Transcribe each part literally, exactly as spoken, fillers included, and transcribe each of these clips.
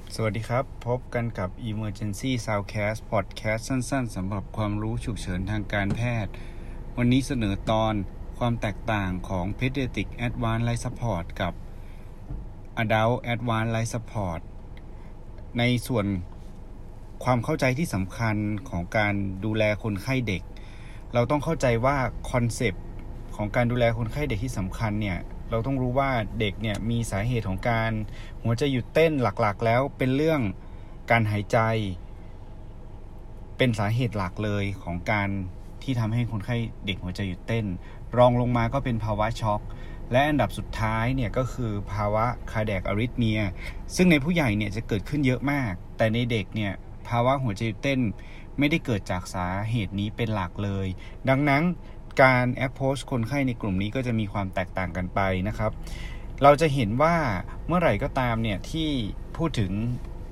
สวัสดีครับพบกันกับ Emergency Soundcast Podcast สั้นๆสำหรับความรู้ฉุกเฉินทางการแพทย์วันนี้เสนอตอนความแตกต่างของ Pediatric Advanced Life Support กับ Adult Advanced Life Support ในส่วนความเข้าใจที่สำคัญของการดูแลคนไข้เด็กเราต้องเข้าใจว่าคอนเซปต์ของการดูแลคนไข้เด็กที่สำคัญเนี่ยเราต้องรู้ว่าเด็กเนี่ยมีสาเหตุของการหัวใจหยุดเต้นหลักๆแล้วเป็นเรื่องการหายใจเป็นสาเหตุหลักเลยของการที่ทำให้คนไข้เด็กหัวใจหยุดเต้นรองลงมาก็เป็นภาวะช็อกและอันดับสุดท้ายเนี่ยก็คือภาวะคาร์เดียกอะริทเมียซึ่งในผู้ใหญ่เนี่ยจะเกิดขึ้นเยอะมากแต่ในเด็กเนี่ยภาวะหัวใจหยุดเต้นไม่ได้เกิดจากสาเหตุนี้เป็นหลักเลยดังนั้นการ approach คนไข้ในกลุ่มนี้ก็จะมีความแตกต่างกันไปนะครับเราจะเห็นว่าเมื่อไหร่ก็ตามเนี่ยที่พูดถึง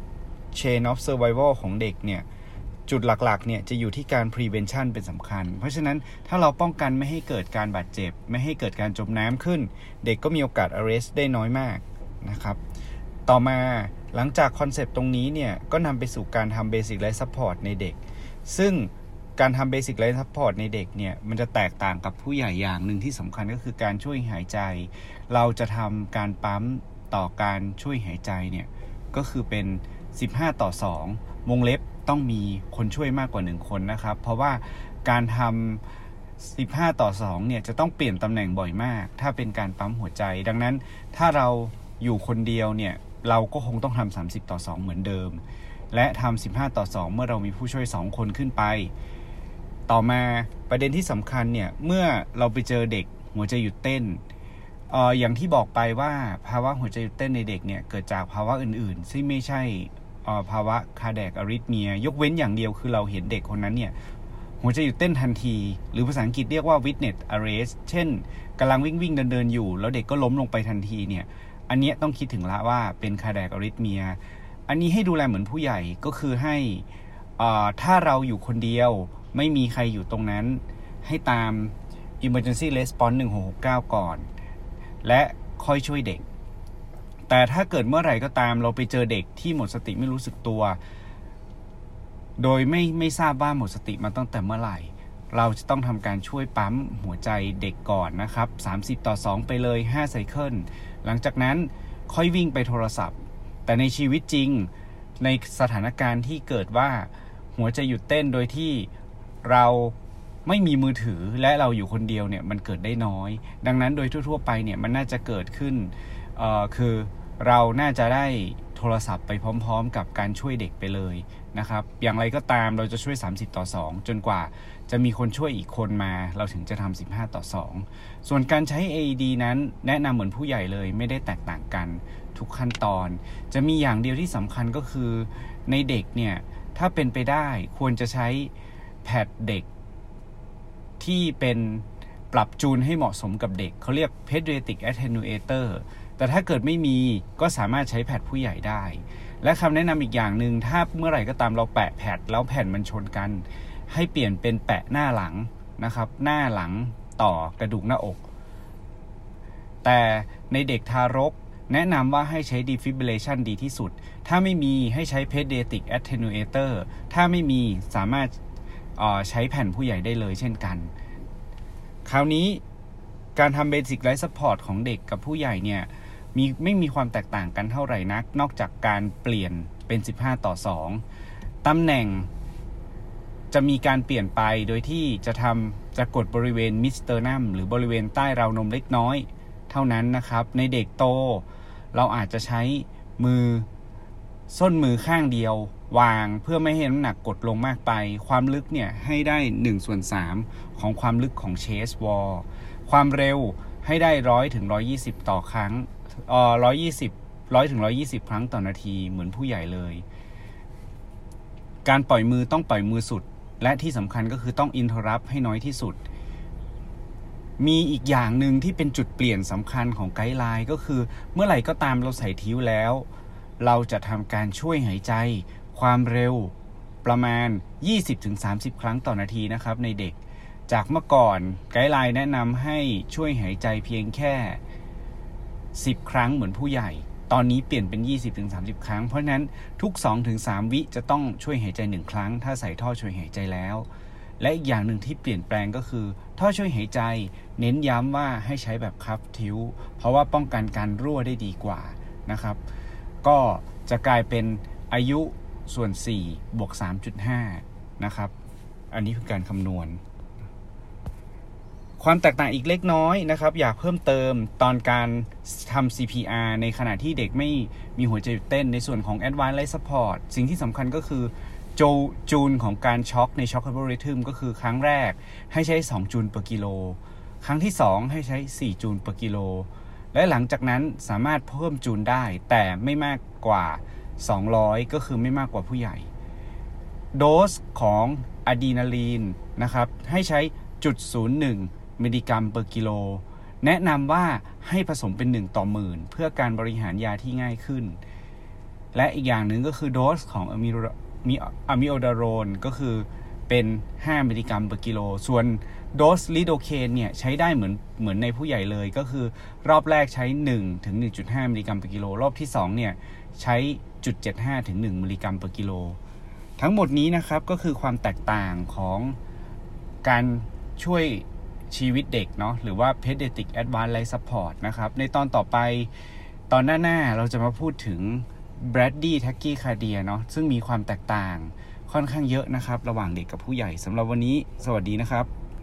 chain of survival ของเด็กเนี่ยจุดหลักๆเนี่ยจะอยู่ที่การ prevention เป็นสำคัญเพราะฉะนั้นถ้าเราป้องกันไม่ให้เกิดการบาดเจ็บไม่ให้เกิดการจมน้ำขึ้นเด็กก็มีโอกาส arrest ได้น้อยมากนะครับต่อมาหลังจากคอนเซปต์ตรงนี้เนี่ยก็นำไปสู่การทำ basic life support ในเด็กซึ่งการทำ Basic Life Support ในเด็กเนี่ยมันจะแตกต่างกับผู้ใหญ่อย่างหนึ่งที่สำคัญก็คือการช่วยหายใจเราจะทำการปั๊มต่อการช่วยหายใจเนี่ยก็คือเป็นสิบห้าต่อสองวงเล็บต้องมีคนช่วยมากกว่าหนึ่งคนนะครับเพราะว่าการทำสิบห้าต่อสองเนี่ยจะต้องเปลี่ยนตำแหน่งบ่อยมากถ้าเป็นการปั๊มหัวใจดังนั้นถ้าเราอยู่คนเดียวเนี่ยเราก็คงต้องทำสามสิบต่อสองเหมือนเดิมและทำสิบห้าต่อสองเมื่อเรามีผู้ช่วยสองคนขึ้นไปต่อมาประเด็นที่สำคัญเนี่ยเมื่อเราไปเจอเด็กหัวใจหยุดเต้นเอ่ออย่างที่บอกไปว่าภาวะหัวใจหยุดเต้นในเด็กเนี่ยเกิดจากภาวะอื่นๆซึ่งไม่ใช่เอ่อภาวะคาร์เดียกอะริทเมียยกเว้นอย่างเดียวคือเราเห็นเด็กคนนั้นเนี่ยหัวใจหยุดเต้นทันทีหรือภาษาอังกฤษเรียกว่า witness arrest เช่นกำลังวิ่งวิ่งเดินเดินอยู่แล้วเด็กก็ล้มลงไปทันทีเนี่ยอันนี้ต้องคิดถึงละว่าเป็นคาร์เดียกอะริทเมียอันนี้ให้ดูแลเหมือนผู้ใหญ่ก็คือให้อ่าถ้าเราอยู่คนเดียวไม่มีใครอยู่ตรงนั้นให้ตาม Emergency Response หนึ่งหกหกเก้าก่อนและค่อยช่วยเด็กแต่ถ้าเกิดเมื่อไหร่ก็ตามเราไปเจอเด็กที่หมดสติไม่รู้สึกตัวโดยไม่ไม่ทราบว่าหมดสติมาตั้งแต่เมื่อไหร่เราจะต้องทำการช่วยปั๊มหัวใจเด็กก่อนนะครับสามสิบต่อสองไปเลยห้าไซเคิลหลังจากนั้นค่อยวิ่งไปโทรศัพท์แต่ในชีวิตจริงในสถานการณ์ที่เกิดว่าหัวใจหยุดเต้นโดยที่เราไม่มีมือถือและเราอยู่คนเดียวเนี่ยมันเกิดได้น้อยดังนั้นโดยทั่วๆไปเนี่ยมันน่าจะเกิดขึ้นเอ่อคือเราน่าจะได้โทรศัพท์ไปพร้อมๆกับการช่วยเด็กไปเลยนะครับอย่างไรก็ตามเราจะช่วยสามสิบต่อสองจนกว่าจะมีคนช่วยอีกคนมาเราถึงจะทำสิบห้าต่อสองส่วนการใช้ เอ อี ดี นั้นแนะนำเหมือนผู้ใหญ่เลยไม่ได้แตกต่างกันทุกขั้นตอนจะมีอย่างเดียวที่สำคัญก็คือในเด็กเนี่ยถ้าเป็นไปได้ควรจะใช้แพดเด็กที่เป็นปรับจูนให้เหมาะสมกับเด็กเขาเรียก Pediatric Attenuator แต่ถ้าเกิดไม่มีก็สามารถใช้แพดผู้ใหญ่ได้และคำแนะนำอีกอย่างหนึ่งถ้าเมื่อไหร่ก็ตามเราแปะแพดแล้วแผ่นมันชนกันให้เปลี่ยนเป็นแปะหน้าหลังนะครับหน้าหลังต่อกระดูกหน้าอกแต่ในเด็กทารกแนะนำว่าให้ใช้ defibrillation ดีที่สุดถ้าไม่มีให้ใช้ Pediatric Attenuator ถ้าไม่มีสามารถใช้แผ่นผู้ใหญ่ได้เลยเช่นกันคราวนี้การทำ Basic Life Support ของเด็กกับผู้ใหญ่เนี่ยมีไม่มีความแตกต่างกันเท่าไหร่นักนอกจากการเปลี่ยนเป็นสิบห้าต่อสองตำแหน่งจะมีการเปลี่ยนไปโดยที่จะทำจะกดบริเวณมิดสเตอร์นัมหรือบริเวณใต้ราวนมเล็กน้อยเท่านั้นนะครับในเด็กโตเราอาจจะใช้มือส้นมือข้างเดียววางเพื่อไม่ให้น้ำหนักกดลงมากไปความลึกเนี่ยให้ได้หนึ่งส่วนสามของความลึกของเชสวอลความเร็วให้ได้หนึ่งร้อยถึงหนึ่งร้อยยี่สิบต่อครั้งเอ่อหนึ่งร้อยยี่สิบ หนึ่งร้อยถึงหนึ่งร้อยยี่สิบครั้งต่อนาทีเหมือนผู้ใหญ่เลยการปล่อยมือต้องปล่อยมือสุดและที่สำคัญก็คือต้องอินเทอร์รัปให้น้อยที่สุดมีอีกอย่างหนึ่งที่เป็นจุดเปลี่ยนสำคัญของไกด์ไลน์ก็คือเมื่อไหร่ก็ตามเราใส่ทิ้วแล้วเราจะทำการช่วยหายใจความเร็วประมาณ ยี่สิบถึงสามสิบ ครั้งต่อนาทีนะครับในเด็กจากเมื่อก่อนไกด์ไลน์แนะนำให้ช่วยหายใจเพียงแค่สิบครั้งเหมือนผู้ใหญ่ตอนนี้เปลี่ยนเป็น ยี่สิบถึงสามสิบ ครั้งเพราะฉะนั้นทุก สองถึงสาม วิจะต้องช่วยหายใจหนึ่งครั้งถ้าใส่ท่อช่วยหายใจแล้วและอีกอย่างหนึ่งที่เปลี่ยนแปลงก็คือท่อช่วยหายใจเน้นย้ำว่าให้ใช้แบบคัฟทิวเพราะว่าป้องกันการรั่วได้ดีกว่านะครับก็จะกลายเป็นอายุส่วนสี่บวก สามจุดห้า นะครับอันนี้คือการคำนวณความแตกต่างอีกเล็กน้อยนะครับอยากเพิ่มเติมตอนการทำ ซี พี อาร์ ในขณะที่เด็กไม่มีหัวใจหยุดเต้นในส่วนของ Advanced Life Support สิ่งที่สำคัญก็คือโจจูลของการช็อคใน Shock Algorithm ก็คือครั้งแรกให้ใช้สองจูลต่อกิโลครั้งที่สองให้ใช้สี่จูลต่อกิโลและหลังจากนั้นสามารถเพิ่มจูลได้แต่ไม่มากกว่าสองร้อยก็คือไม่มากกว่าผู้ใหญ่โดสของอะดรีนาลีนนะครับให้ใช้ ศูนย์จุดศูนย์หนึ่ง มิลลิกรัมเปอร์กิโลแนะนำว่าให้ผสมเป็นหนึ่งต่อหมื่นเพื่อการบริหารยาที่ง่ายขึ้นและอีกอย่างหนึ่งก็คือโดสของอะมิอะมิโอดาโรนก็คือเป็นห้ามิลลิกรัมเปอร์กิโลส่วนโดสลิโดเคนเนี่ยใช้ได้เหมือนเหมือนในผู้ใหญ่เลยก็คือรอบแรกใช้หนึ่งถึง หนึ่งจุดห้า มิลลิกรัมเปอร์กิโลรอบที่สองเนี่ยใช้ ศูนย์จุดเจ็ดห้า ถึง หนึ่ง มิลลิกรัมเปอร์กิโลทั้งหมดนี้นะครับก็คือความแตกต่างของการช่วยชีวิตเด็กเนาะหรือว่า Pediatric Advanced Life Support นะครับในตอนต่อไปตอนหน้าๆเราจะมาพูดถึง Brady Tachycardia เนาะซึ่งมีความแตกต่างค่อนข้างเยอะนะครับระหว่างเด็กกับผู้ใหญ่สำหรับวันนี้สวัสดีนะครับ